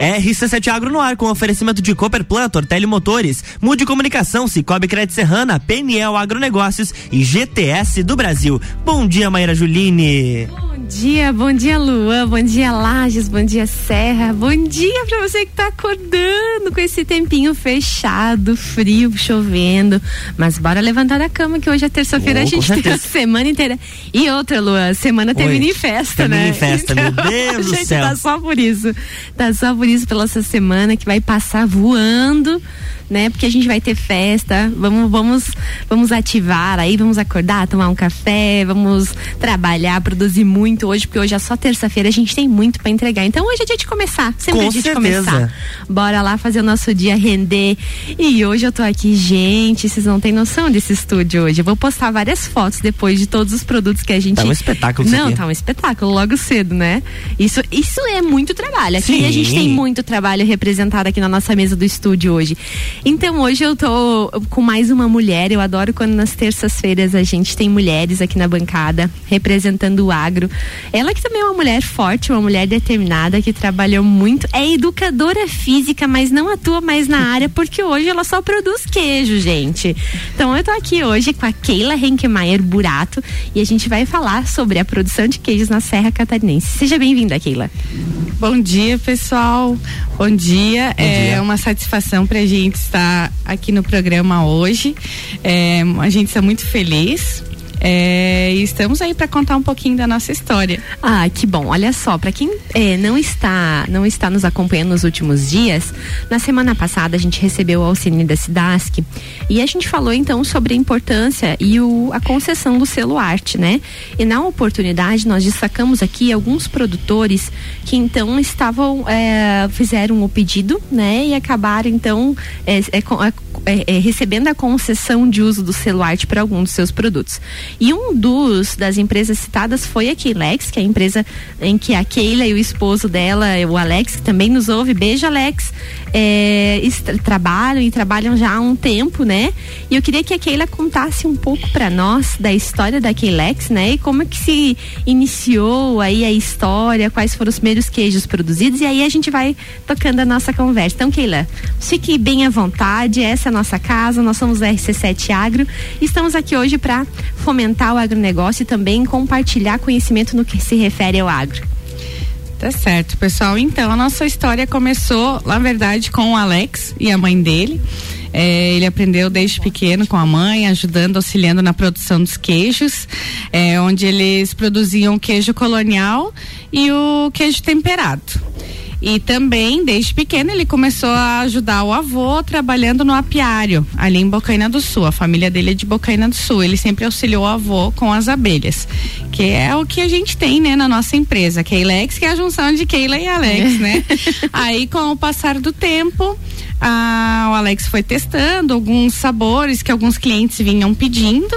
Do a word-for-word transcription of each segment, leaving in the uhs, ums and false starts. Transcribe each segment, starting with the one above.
R C sete Agro no ar com oferecimento de Cooperplan, Tortelli Motores, Mude Comunicação, Cicobi Crédito Serrana, Peniel Agronegócios e G T S do Brasil. Bom dia, Maíra Juline. Bom dia, bom dia, Luan, bom dia, Lages, bom dia, Serra, bom dia pra você que tá acordando com esse tempinho fechado, frio, chovendo, mas bora levantar da cama que hoje é terça-feira, oh, a gente tem a semana inteira. E outra, Luan, semana termina em festa, termina né? em festa, então, meu Deus do gente, céu. tá só por isso, tá só por isso pela essa semana que vai passar voando, né? Porque a gente vai ter festa, vamos, vamos, vamos ativar aí, vamos acordar, tomar um café, vamos trabalhar, produzir muito hoje, porque hoje é só terça-feira, a gente tem muito pra entregar. Então hoje é dia de começar, sempre Com é dia certeza. de começar. Bora lá fazer o nosso dia render. E hoje eu tô aqui, gente, vocês não têm noção desse estúdio hoje. Eu vou postar várias fotos depois de todos os produtos que a gente... Tá um espetáculo isso Não, aqui. tá um espetáculo, logo cedo, né? Isso, isso é muito trabalho. Aqui Sim. a gente tem muito trabalho representado aqui na nossa mesa do estúdio hoje. Então hoje eu tô com mais uma mulher. Eu adoro quando nas terças-feiras a gente tem mulheres aqui na bancada representando o agro. Ela que também é uma mulher forte, uma mulher determinada, que trabalhou muito, é educadora física, mas não atua mais na área, porque hoje ela só produz queijo, gente. Então eu tô aqui hoje com a Keila Henkemeyer Burato e a gente vai falar sobre a produção de queijos na Serra Catarinense. Seja bem-vinda, Keila. Bom dia, pessoal. Bom dia. Bom é dia. uma satisfação pra gente estar aqui no programa hoje. É, a gente está muito feliz. É, e estamos aí para contar um pouquinho da nossa história. Ah, que bom. Olha só, para quem é, não está não está nos acompanhando nos últimos dias, na semana passada a gente recebeu o auxílio da Cidasc e a gente falou então sobre a importância e o, a concessão do selo arte, né? E na oportunidade nós destacamos aqui alguns produtores que então estavam é, fizeram o pedido, né? E acabaram então é, é, é, é, recebendo a concessão de uso do selo arte para alguns dos seus produtos. E um dos das empresas citadas foi a Keilex, que é a empresa em que a Keila e o esposo dela, o Alex, que também nos ouve, beijo, Alex, é, trabalham e trabalham já há um tempo, né? E eu queria que a Keila contasse um pouco para nós da história da Keilex, né? E como que se iniciou aí a história, quais foram os primeiros queijos produzidos, e aí a gente vai tocando a nossa conversa. Então, Keila, fique bem à vontade, essa é a nossa casa, nós somos a R C sete Agro, estamos aqui hoje para fomentar o agronegócio e também compartilhar conhecimento no que se refere ao agro. Tá certo, pessoal. Então, a nossa história começou, na verdade, com o Alex e a mãe dele. É, ele aprendeu desde pequeno com a mãe, ajudando, auxiliando na produção dos queijos, é, onde eles produziam queijo colonial e o queijo temperado. E também, desde pequeno, ele começou a ajudar o avô trabalhando no apiário, ali em Bocaina do Sul. A família dele é de Bocaina do Sul. Ele sempre auxiliou o avô com as abelhas, que é o que a gente tem, né, na nossa empresa. Keilex, que é a junção de Keila e Alex, né? Aí, com o passar do tempo, a, o Alex foi testando alguns sabores que alguns clientes vinham pedindo,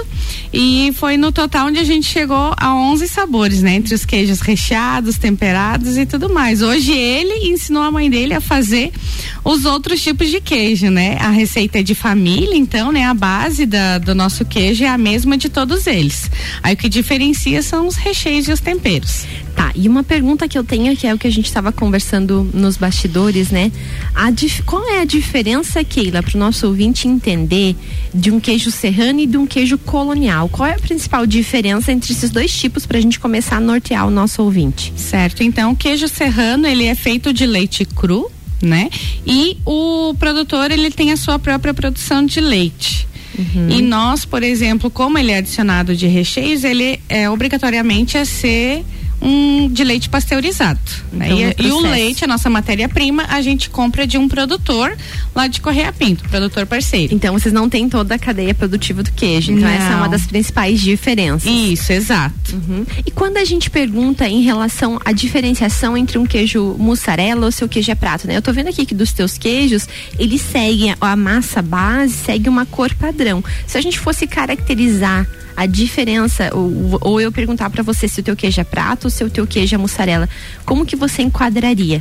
e foi no total onde a gente chegou a onze sabores, né? Entre os queijos recheados, temperados e tudo mais. Hoje ele ensinou a mãe dele a fazer os outros tipos de queijo, né? A receita é de família, então, né? A base da, do nosso queijo é a mesma de todos eles. Aí o que diferencia são os recheios e os temperos. Tá, e uma pergunta que eu tenho, que é o que a gente estava conversando nos bastidores, né? A dif- qual é a diferença, Keila, para o nosso ouvinte entender de um queijo serrano e de um queijo colonial? Qual é a principal diferença entre esses dois tipos para a gente começar a nortear o nosso ouvinte? Certo, então o queijo serrano, ele é feito de leite cru, né? E o produtor, ele tem a sua própria produção de leite. Uhum. E nós, por exemplo, como ele é adicionado de recheios, ele é obrigatoriamente a ser um de leite pasteurizado, né? Então, e, e o leite, a nossa matéria-prima, a gente compra de um produtor lá de Correia Pinto, produtor parceiro. Então vocês não têm toda a cadeia produtiva do queijo, então Não. essa é uma das principais diferenças. Isso, exato. Uhum. E quando a gente pergunta em relação à diferenciação entre um queijo mussarela ou seu queijo é prato, né? Eu tô vendo aqui que dos teus queijos, eles seguem, a massa base segue uma cor padrão. Se a gente fosse caracterizar a diferença, ou, ou eu perguntar para você se o teu queijo é prato ou se o teu queijo é mussarela, como que você enquadraria?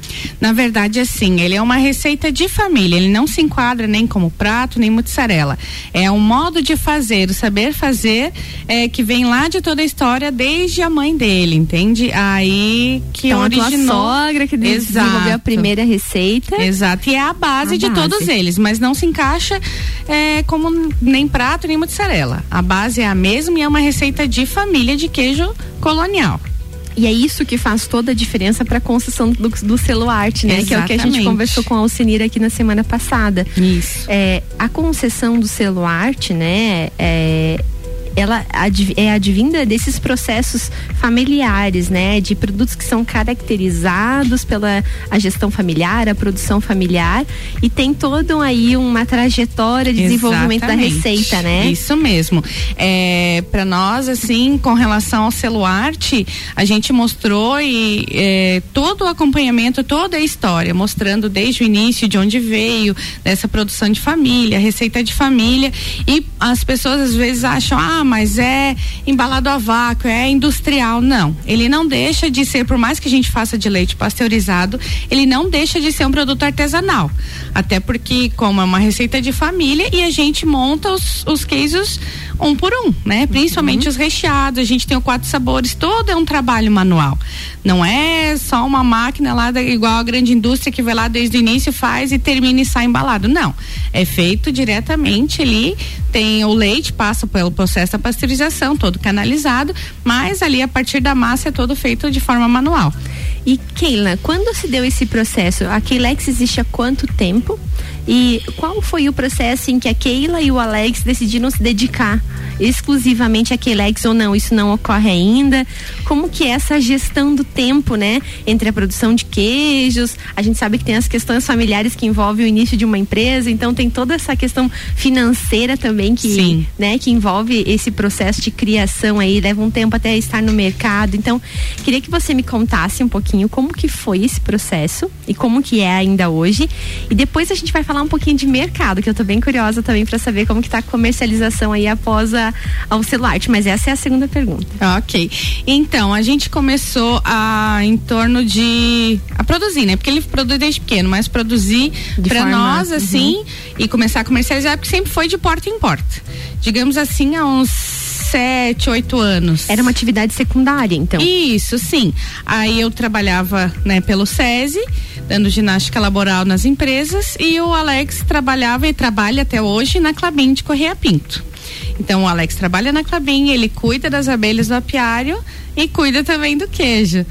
Na verdade, assim, ele é uma receita de família, ele não se enquadra nem como prato, nem mussarela. É um modo de fazer, o saber fazer, é, que vem lá de toda a história, desde a mãe dele, entende? Aí que então, originou... a sogra que desenvolveu a primeira receita. Exato, e é a base a de base. todos eles, mas não se encaixa é, como nem prato, nem mussarela. A base é a mesma e é uma receita de família de queijo colonial. E é isso que faz toda a diferença para a construção do, do selo arte, né? Exatamente. Que é o que a gente conversou com a Alcenira aqui na semana passada. Isso. É, a concessão do selo arte, né? É, ela é advinda desses processos familiares, né? De produtos que são caracterizados pela a gestão familiar, a produção familiar, e tem toda aí uma trajetória de desenvolvimento Exatamente. Da receita, né? Isso mesmo. É, para nós, assim, com relação ao selo arte, a gente mostrou e é, todo o acompanhamento, toda a história, mostrando desde o início de onde veio, dessa produção de família, receita de família, e as pessoas às vezes acham, ah, mas é embalado a vácuo, é industrial. Não, ele não deixa de ser, por mais que a gente faça de leite pasteurizado, ele não deixa de ser um produto artesanal, até porque como é uma receita de família e a gente monta os, os queijos um por um, né? Principalmente uhum. os recheados, a gente tem o quatro sabores, todo é um trabalho manual, não é só uma máquina lá da, igual a grande indústria que vai lá desde o início, faz e termina e sai embalado, não, é feito diretamente ali, tem o leite, passa pelo processo da pasteurização, todo canalizado, mas ali a partir da massa é todo feito de forma manual. E Keila, quando se deu esse processo, a Keilex existe há quanto tempo? E qual foi o processo em que a Keila e o Alex decidiram se dedicar exclusivamente a Keilex ou não? Isso não ocorre ainda? Como que é essa gestão do tempo, né? Entre a produção de queijos, a gente sabe que tem as questões familiares que envolvem o início de uma empresa, então tem toda essa questão financeira também que, Sim. né, que envolve esse processo de criação aí, leva um tempo até estar no mercado. Então, queria que você me contasse um pouquinho como que foi esse processo e como que é ainda hoje. E depois a gente vai falar um pouquinho de mercado, que eu tô bem curiosa também para saber como que tá a comercialização aí após a, ao selo arte, mas essa é a segunda pergunta. Ok, então a gente começou a em torno de a produzir, né, porque ele produz desde pequeno, mas produzir para nós uhum. assim e começar a comercializar, porque sempre foi de porta em porta, digamos assim, há uns sete, oito anos. Era uma atividade secundária, então? Isso, sim. Aí eu trabalhava, né, pelo SESI, dando ginástica laboral nas empresas, e o Alex trabalhava e trabalha até hoje na Klabin de Correia Pinto. Então o Alex trabalha na Klabin, ele cuida das abelhas do apiário e cuida também do queijo.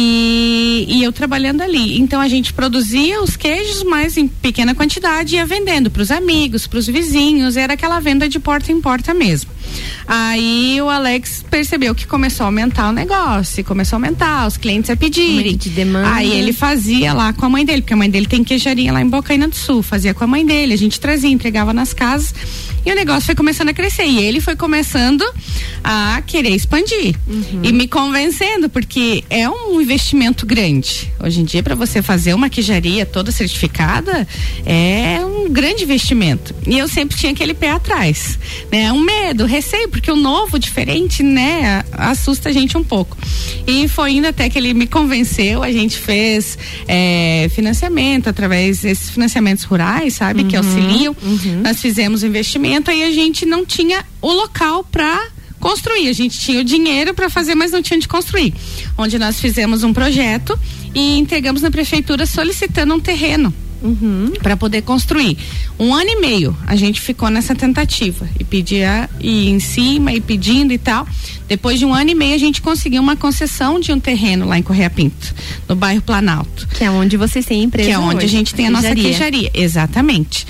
E, e eu trabalhando ali. Então a gente produzia os queijos, mas em pequena quantidade, e ia vendendo para os amigos, para os vizinhos, era aquela venda de porta em porta mesmo. Aí o Alex percebeu que começou a aumentar o negócio, começou a aumentar, os clientes a pedirem. De demanda. Aí ele fazia lá com a mãe dele, porque a mãe dele tem queijaria lá em Bocaina do Sul, fazia com a mãe dele, a gente trazia, entregava nas casas, e o negócio foi começando a crescer, e ele foi começando a querer expandir, uhum. e me convencendo, porque é um investimento grande. Hoje em dia, para você fazer uma queijaria toda certificada, é um grande investimento. E eu sempre tinha aquele pé atrás, né? Um medo, receio, porque o novo, diferente, né? Assusta a gente um pouco. E foi indo até que ele me convenceu, a gente fez é, financiamento através desses financiamentos rurais, sabe? Uhum, que auxiliam. Uhum. Nós fizemos investimento, aí a gente não tinha o local para construir, a gente tinha o dinheiro para fazer, mas não tinha onde construir. Onde nós fizemos um projeto e entregamos na prefeitura solicitando um terreno. Uhum. Para poder construir. Um ano e meio a gente ficou nessa tentativa e pedia e em cima e pedindo e tal. Depois de um ano e meio a gente conseguiu uma concessão de um terreno lá em Correia Pinto, no bairro Planalto. Que é onde vocês têm a empresa. Que é onde hoje, a gente tem a, a nossa queijaria. Exatamente.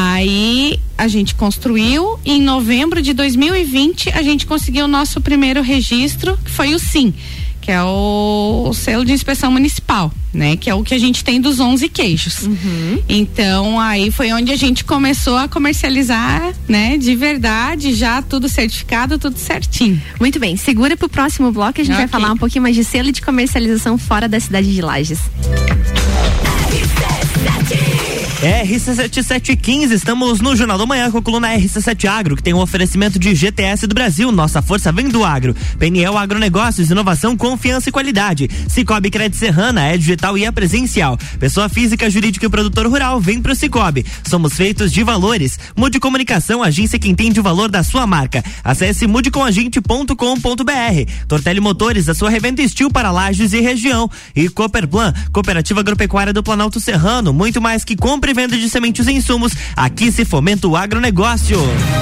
Aí a gente construiu e em novembro de dois mil e vinte a gente conseguiu o nosso primeiro registro, que foi o SIM, que é o, o selo de inspeção municipal, né? Que é o que a gente tem dos onze queijos. Uhum. Então, aí foi onde a gente começou a comercializar, né? De verdade, já tudo certificado, tudo certinho. Muito bem, segura pro próximo bloco, a gente okay. vai falar um pouquinho mais de selo de comercialização fora da cidade de Lages. R C sete sete quinze, estamos no Jornal da Manhã com a coluna R C sete Agro, que tem um oferecimento de G T S do Brasil, nossa força vem do agro. P N E L Agronegócios, inovação, confiança e qualidade. Cicobi Crédito Serrana, é digital e é presencial. Pessoa física, jurídica e produtor rural, vem pro Cicobi. Somos feitos de valores. Mude Comunicação, agência que entende o valor da sua marca. Acesse mude com a gente ponto com ponto b r. Tortelli Motores, a sua revenda Estil para Lages e região. E Cooperplan, Cooperativa Agropecuária do Planalto Serrano, muito mais que compra e venda de sementes e insumos, aqui se fomenta o agronegócio.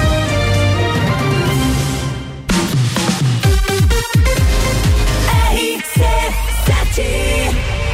R C sete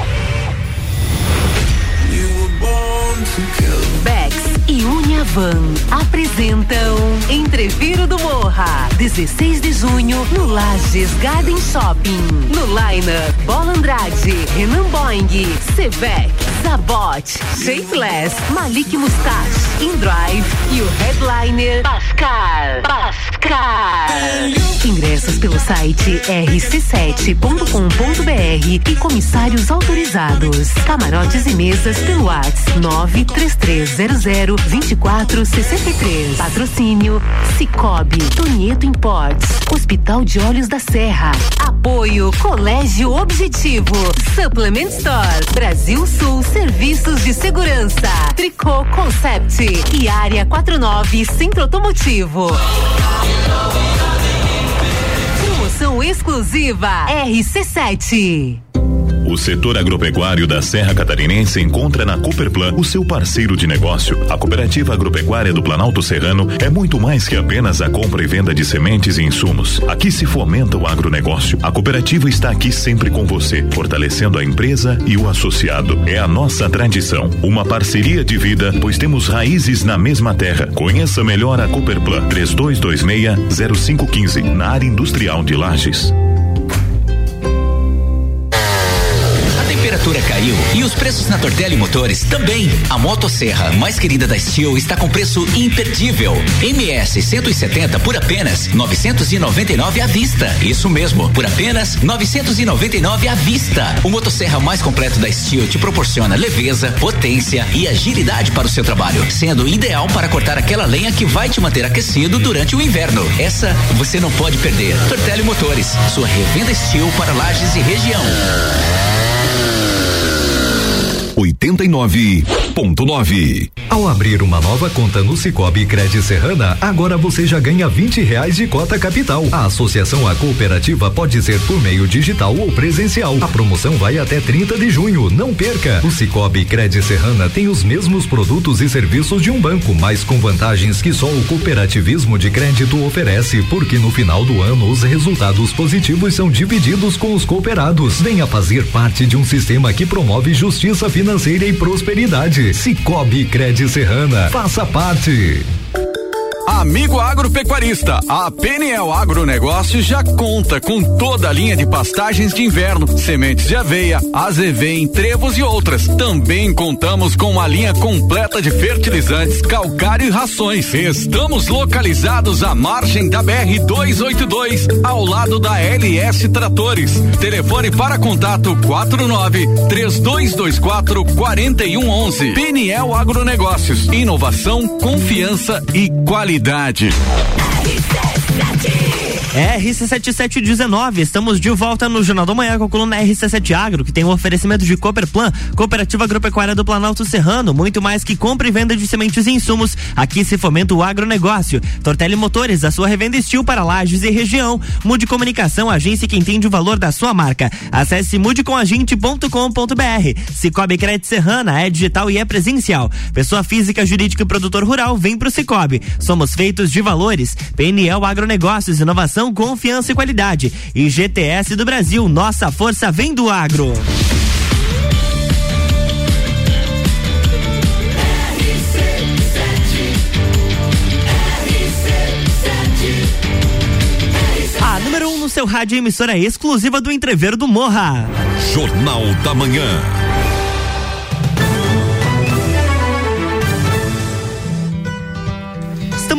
Bex e Uniavan apresentam Entreviro do Morra, dezesseis de junho no Lages Garden Shopping. No Line-up, Bola Andrade, Renan Boing, Sevec, Zabot, Shapeless, Malik Mustache, InDrive e o headliner Pascal. Pascal. Ingressos pelo site r c sete ponto com ponto b r e comissários autorizados. Camarotes e mesas pelo WhatsApp nove três três zero zero dois quatro seis três. Patrocínio Cicobi, Tonieto Imports, Hospital de Olhos da Serra. Apoio Colégio Objetivo, Supplement Store, Brasil Sul Serviços de Segurança, Tricô Concept e Área quarenta e nove Centro Automotivo. Promoção exclusiva R C sete. O setor agropecuário da Serra Catarinense encontra na Cooperplan o seu parceiro de negócio. A Cooperativa Agropecuária do Planalto Serrano é muito mais que apenas a compra e venda de sementes e insumos. Aqui se fomenta o agronegócio. A cooperativa está aqui sempre com você, fortalecendo a empresa e o associado. É a nossa tradição, uma parceria de vida, pois temos raízes na mesma terra. Conheça melhor a Cooperplan, três dois dois seis zero cinco um cinco, na área industrial de Lages. A temperatura caiu e os preços na Tortelli Motores também. A motosserra mais querida da Steel está com preço imperdível. M S cento e setenta por apenas novecentos e noventa e nove à vista. Isso mesmo, por apenas novecentos e noventa e nove à vista. O motosserra mais completo da Steel te proporciona leveza, potência e agilidade para o seu trabalho, sendo ideal para cortar aquela lenha que vai te manter aquecido durante o inverno. Essa você não pode perder. Tortelli Motores, sua revenda Steel para Lages e região. oitenta e nove ponto nove. Ao abrir uma nova conta no Cicobi Crédito Serrana, agora você já ganha vinte reais de cota capital. A associação à cooperativa pode ser por meio digital ou presencial. A promoção vai até trinta de junho. Não perca! O Cicobi Crédito Serrana tem os mesmos produtos e serviços de um banco, mas com vantagens que só o cooperativismo de crédito oferece, porque no final do ano os resultados positivos são divididos com os cooperados. Venha fazer parte de um sistema que promove justiça financeira e prosperidade. Cicobi Crédito Serrana, faça parte. Amigo agropecuarista, a P N E L Agronegócios já conta com toda a linha de pastagens de inverno, sementes de aveia, azevém, trevos e outras. Também contamos com uma linha completa de fertilizantes, calcário e rações. Estamos localizados à margem da B R duzentos e oitenta e dois, ao lado da L S Tratores. Telefone para contato quatro nove três dois dois quatro quatro um um um. P N E L Agronegócios, inovação, confiança e qualidade. R C sete sete dezenove, estamos de volta no Jornal da Manhã com a coluna R C sete Agro, que tem um oferecimento de Cooperplan, Cooperativa Agropecuária do Planalto Serrano, muito mais que compra e venda de sementes e insumos, aqui se fomenta o agronegócio. Tortelli Motores, a sua revenda Estil para Lages e região. Mude Comunicação, agência que entende o valor da sua marca. Acesse mude com a gente ponto com ponto b r. Cicobi Crédito Serrana, é digital e é presencial. Pessoa física, jurídica e produtor rural, vem pro Cicobi. Somos feitos de valores. P N E L Agronegócios, inovação, confiança e qualidade. E G T S do Brasil, nossa força vem do agro. A número um no seu rádio, emissora exclusiva do Entrevero do Morra. Jornal da Manhã.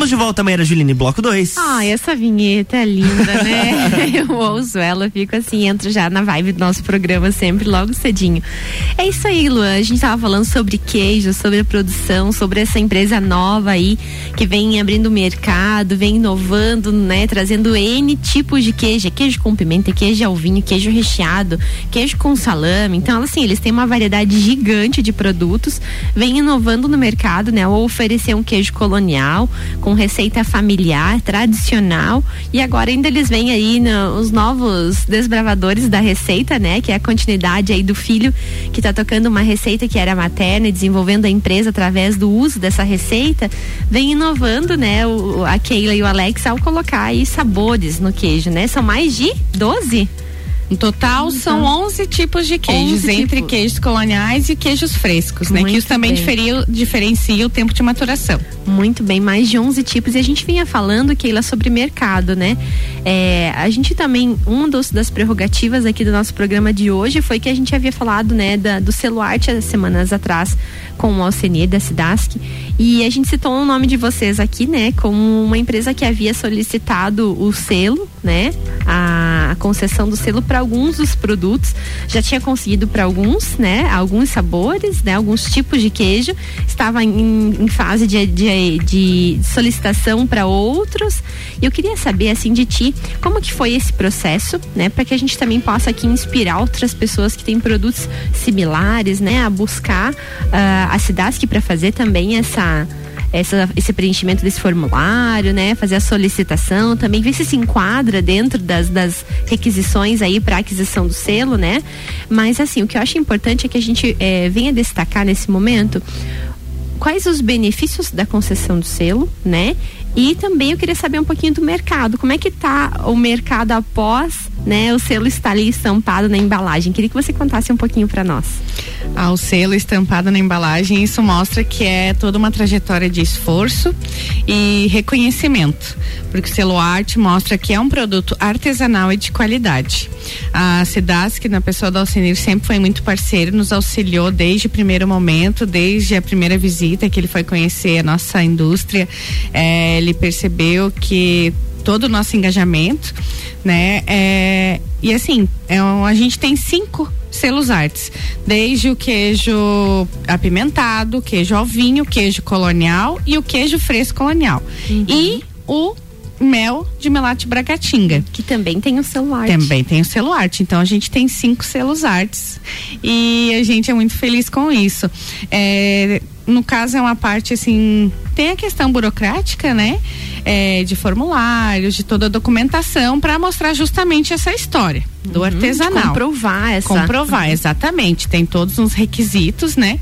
Estamos de volta, Maíra Juline, bloco dois. Ai, essa vinheta é linda, né? Eu ouço ela, fico assim, entro já na vibe do nosso programa sempre, logo cedinho. É isso aí, Luan, a gente tava falando sobre queijo, sobre a produção, sobre essa empresa nova aí, que vem abrindo o mercado, vem inovando, né? Trazendo N tipos de queijo, é queijo com pimenta, queijo ao vinho, queijo recheado, queijo com salame. Então, assim, eles têm uma variedade gigante de produtos, vem inovando no mercado, né? Ou oferecer um queijo colonial, com receita familiar, tradicional, e agora ainda eles vêm aí no, os novos desbravadores da receita, né? Que é a continuidade aí do filho que tá tocando uma receita que era materna e desenvolvendo a empresa através do uso dessa receita, vem inovando, né? O, a Keila e o Alex ao colocar aí sabores no queijo, né? São mais de doze? No total, uhum. são onze tipos de queijos, entre tipos. Queijos coloniais e queijos frescos, né? Muito que isso também diferia, diferencia o tempo de maturação. Muito bem, mais de onze tipos. E a gente vinha falando, Keila, sobre mercado, né? É, a gente também, uma das prerrogativas aqui do nosso programa de hoje foi que a gente havia falado, né, da, do selo arte há semanas atrás com o Alcenir da Cidasc, e a gente citou o nome de vocês aqui, né, como uma empresa que havia solicitado o selo, né, a, a concessão do selo para alguns dos produtos, já tinha conseguido para alguns, né, alguns sabores, né, alguns tipos de queijo, estava em, em fase de, de, de solicitação para outros, e eu queria saber, assim, de ti, como que foi esse processo, né, para que a gente também possa aqui inspirar outras pessoas que têm produtos similares, né, a buscar uh, a Cidasc para fazer também essa Essa, esse preenchimento desse formulário, né? Fazer a solicitação, também ver se se enquadra dentro das, das requisições aí para aquisição do selo, né? Mas assim, o que eu acho importante é que a gente é, venha destacar nesse momento quais os benefícios da concessão do selo, né? E também eu queria saber um pouquinho do mercado, como é que tá o mercado após, né, o selo estar ali estampado na embalagem. Queria que você contasse um pouquinho para nós. Ah, o selo estampado na embalagem, isso mostra que é toda uma trajetória de esforço e reconhecimento, porque o selo arte mostra que é um produto artesanal e de qualidade. A Cidasc, na pessoa do Alcenir, sempre foi muito parceiro, nos auxiliou desde o primeiro momento, desde a primeira visita que ele foi conhecer a nossa indústria. É, ele percebeu que todo o nosso engajamento, né? É, e assim, é, a gente tem cinco selos artes, desde o queijo apimentado, queijo ao vinho, queijo colonial e o queijo fresco colonial. Uhum. E o mel de Melate Bracatinga, que também tem o selo arte. Também tem o selo arte. Então a gente tem cinco selos artes e a gente é muito feliz com isso. É, no caso é uma parte assim, tem a questão burocrática, né? É, de formulários, de toda a documentação para mostrar justamente essa história do uhum, artesanal. Comprovar essa. Comprovar, exatamente. Tem todos os requisitos, né?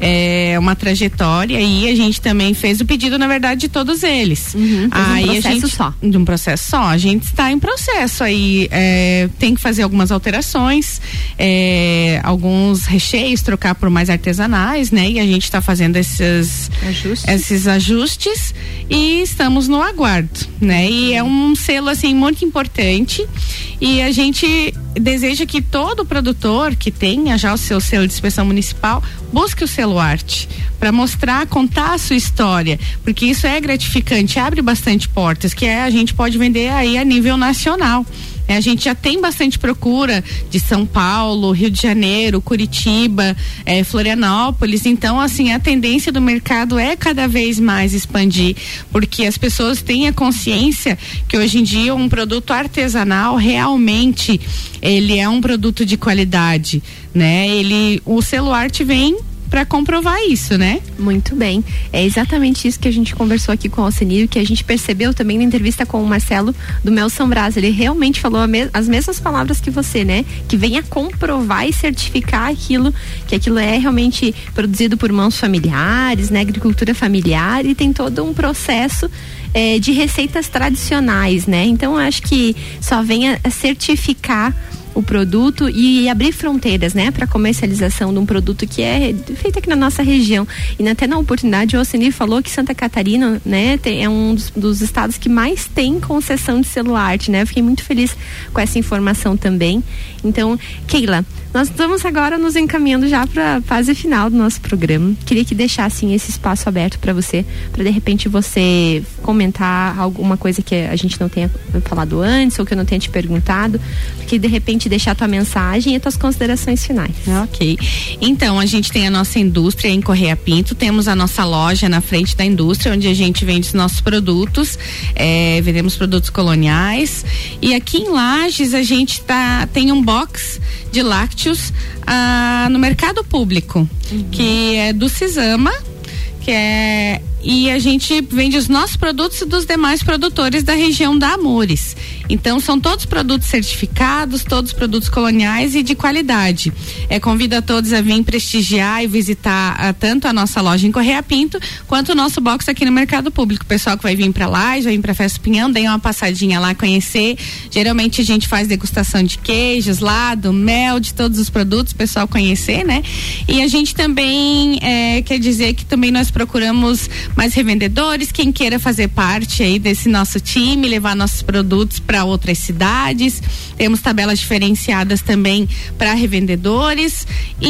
É uma trajetória e a gente também fez o pedido, na verdade, de todos eles. Uhum, aí um processo a gente, só. De um processo só. A gente está em processo aí. É, tem que fazer algumas alterações, é, alguns recheios, trocar por mais artesanais, né? E a gente está fazendo esses ajustes. esses ajustes e estamos no aguardo, né? E é um selo assim muito importante e a gente deseja que todo produtor que tenha já o seu selo de inspeção municipal busque o selo arte para mostrar, contar a sua história, porque isso é gratificante, abre bastante portas, que é, a gente pode vender aí a nível nacional. É, a gente já tem bastante procura de São Paulo, Rio de Janeiro, Curitiba, é, Florianópolis. Então, assim, a tendência do mercado é cada vez mais expandir, porque as pessoas têm a consciência que hoje em dia um produto artesanal realmente ele é um produto de qualidade, né? Ele, o selo arte vem para comprovar isso, né? Muito bem. É exatamente isso que a gente conversou aqui com o Alcenir, que a gente percebeu também na entrevista com o Marcelo do Mel São Brás. Ele realmente falou me- as mesmas palavras que você, né? Que venha comprovar e certificar aquilo, que aquilo é realmente produzido por mãos familiares, né? Agricultura familiar, e tem todo um processo é, de receitas tradicionais, né? Então, acho que só venha certificar o produto e abrir fronteiras, né, para comercialização de um produto que é feito aqui na nossa região. E até na oportunidade o Alcenir falou que Santa Catarina, né, tem, é um dos, dos estados que mais tem concessão de celularte, né? Eu fiquei muito feliz com essa informação também. Então, Keila, nós estamos agora nos encaminhando já para a fase final do nosso programa. Queria que deixassem esse espaço aberto para você, para de repente você comentar alguma coisa que a gente não tenha falado antes ou que eu não tenha te perguntado, que de repente deixar a tua mensagem e as tuas considerações finais. Ok. Então, a gente tem a nossa indústria em Correia Pinto, temos a nossa loja na frente da indústria, onde a gente vende os nossos produtos, é, vendemos produtos coloniais, e aqui em Lages a gente tá, tem um box de lácteos ah, no mercado público, uhum. que é do Cisama, que é, e a gente vende os nossos produtos e dos demais produtores da região da Amores. Então são todos produtos certificados, todos produtos coloniais e de qualidade. É, convido a todos a vir prestigiar e visitar a, tanto a nossa loja em Correia Pinto quanto o nosso box aqui no mercado público. O pessoal que vai vir para lá, vai vir para Festa Pinhão, dê uma passadinha lá conhecer. Geralmente a gente faz degustação de queijos lá, do mel, de todos os produtos, o pessoal conhecer, né? E a gente também é, quer dizer que também nós procuramos mais revendedores, quem queira fazer parte aí desse nosso time, levar nossos produtos para outras cidades. Temos tabelas diferenciadas também para revendedores,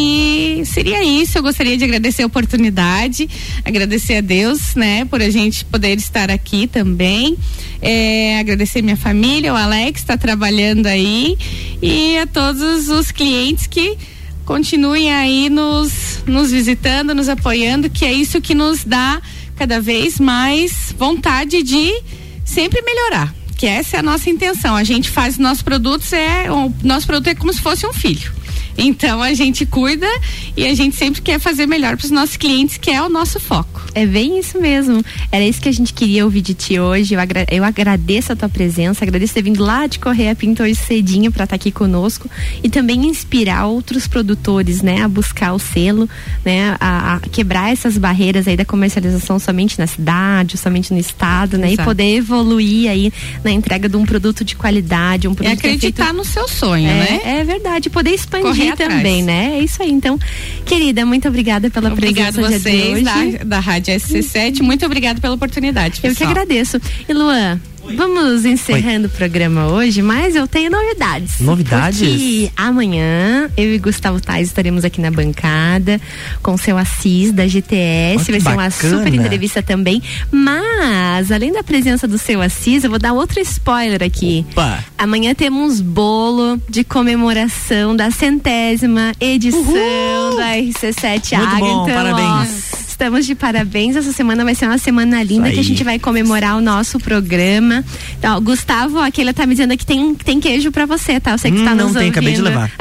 e seria isso. Eu gostaria de agradecer a oportunidade, agradecer a Deus, né, por a gente poder estar aqui também, é, agradecer minha família, o Alex está trabalhando aí, e a todos os clientes que continuem aí nos, nos visitando, nos apoiando, que é isso que nos dá cada vez mais vontade de sempre melhorar, que essa é a nossa intenção. A gente faz nossos produtos, é, o nosso produto é como se fosse um filho. Então a gente cuida e a gente sempre quer fazer melhor para os nossos clientes, que é o nosso foco. É bem isso mesmo. Era isso que a gente queria ouvir de ti hoje. Eu, agra- eu agradeço a tua presença, agradeço ter vindo lá de Correia Pinto hoje cedinho para estar aqui conosco e também inspirar outros produtores, né, a buscar o selo, né, a, a quebrar essas barreiras aí da comercialização somente na cidade, somente no estado, né, Exato. E poder evoluir aí na entrega de um produto de qualidade, um produto é acreditar que é feito... no seu sonho, é, né? É verdade, poder expandir Correr também, atrás. né? É isso aí. Então, querida, muito obrigada pela Obrigada presença vocês de hoje. da, da Rádio S C sete, muito obrigada pela oportunidade, pessoal. Eu que agradeço. E Luan, vamos encerrando Oi. o programa hoje, mas eu tenho novidades. Novidades? Porque amanhã eu e Gustavo Tais estaremos aqui na bancada com o seu Assis da G T S. Oh, vai ser bacana. uma super entrevista também. Mas, além da presença do seu Assis, eu vou dar outro spoiler aqui. Opa. Amanhã temos bolo de comemoração da centésima edição Uhul. da R C sete Muito Agro. bom, então, parabéns. Ó, estamos de parabéns. Essa semana vai ser uma semana linda que a gente vai comemorar o nosso programa. Então, ó, Gustavo, aquele tá me dizendo que tem, tem queijo pra você, tá? Eu sei que hum, tá nos não tem, ouvindo. Acabei de levar.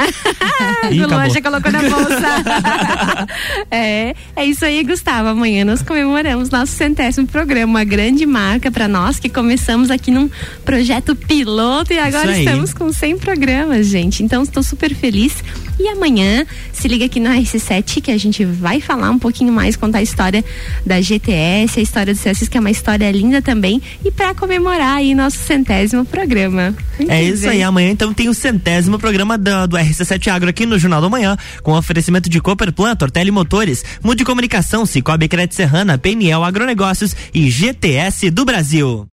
O Luan já colocou na bolsa. é, é isso aí, Gustavo. Amanhã nós comemoramos nosso centésimo programa, uma grande marca pra nós que começamos aqui num projeto piloto e agora estamos com cem programas, gente. Então, estou super feliz. E amanhã, se liga aqui no R C sete que a gente vai falar um pouquinho mais, contar a história da G T S, a história do C S, que é uma história linda também, e para comemorar aí nosso centésimo programa. É isso aí, amanhã então tem o centésimo programa do, do R C sete Agro aqui no Jornal do Manhã, com oferecimento de Cooperplan, Tortelli Motores, Mude Comunicação, Cicobi Crédito Serrana, P N L Agronegócios e G T S do Brasil.